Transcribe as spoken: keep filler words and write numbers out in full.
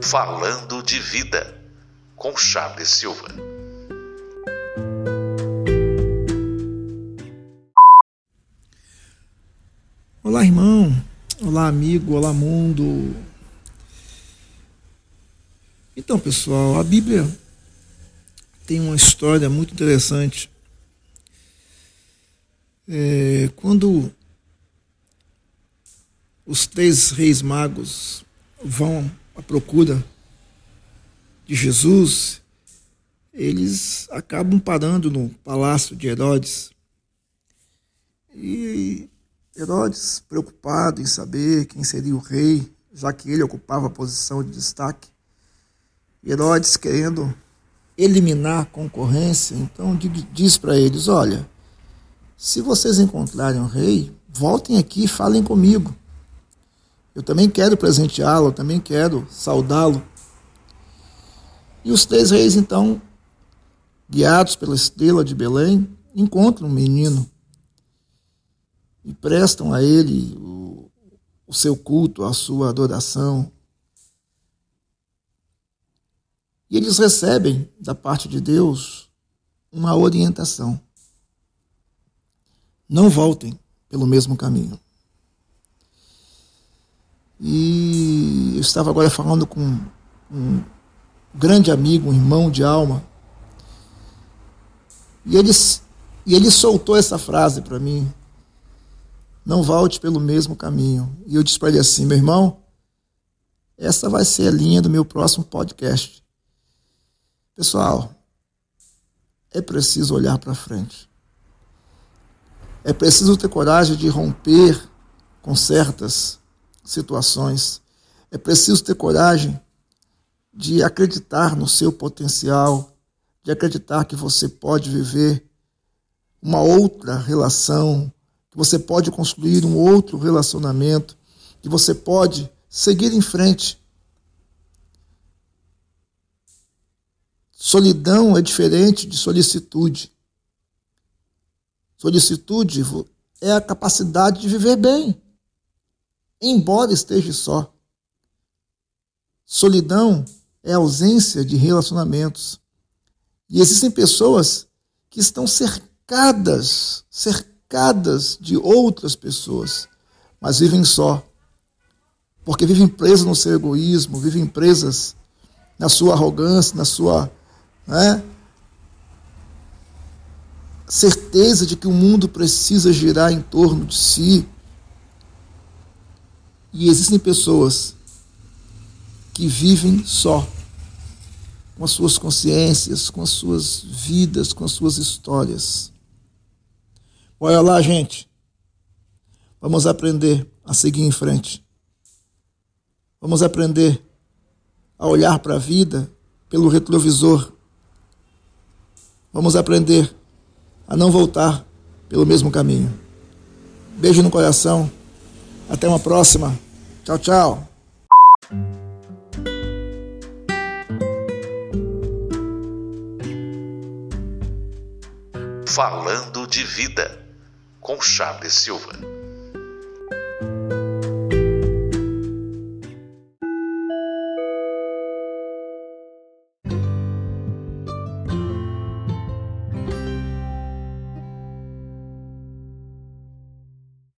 Falando de Vida, com Charles Silva. Olá, irmão. Olá, amigo. Olá, mundo. Então, pessoal, a Bíblia tem uma história muito interessante. É, quando os três reis magos vão à procura de Jesus, eles acabam parando no palácio de Herodes. E Herodes, preocupado em saber quem seria o rei, já que ele ocupava a posição de destaque, Herodes, querendo eliminar a concorrência, então diz para eles: olha, se vocês encontrarem um rei, voltem aqui e falem comigo. Eu também quero presenteá-lo, eu também quero saudá-lo. E os três reis, então, guiados pela estrela de Belém, encontram um menino e prestam a ele o, o seu culto, a sua adoração. E eles recebem, da parte de Deus, uma orientação. Não voltem pelo mesmo caminho. E eu estava agora falando com um grande amigo, um irmão de alma, e ele, e ele soltou essa frase para mim: não volte pelo mesmo caminho. E eu disse para ele assim: meu irmão, essa vai ser a linha do meu próximo podcast. Pessoal, é preciso olhar para frente. É preciso ter coragem de romper com certas situações. É preciso ter coragem de acreditar no seu potencial, de acreditar que você pode viver uma outra relação, que você pode construir um outro relacionamento, que você pode seguir em frente. Solidão é diferente de solicitude. Solicitude é a capacidade de viver bem, embora esteja só. Solidão é a ausência de relacionamentos. E existem pessoas que estão cercadas, cercadas de outras pessoas, mas vivem só, porque vivem presas no seu egoísmo, vivem presas na sua arrogância, na sua, né, certeza de que o mundo precisa girar em torno de si. E existem pessoas que vivem só, com as suas consciências, com as suas vidas, com as suas histórias. Olha lá, gente. Vamos aprender a seguir em frente. Vamos aprender a olhar para a vida pelo retrovisor. Vamos aprender a não voltar pelo mesmo caminho. Beijo no coração. Até uma próxima. Tchau, tchau. Falando de Vida, com Charles Silva.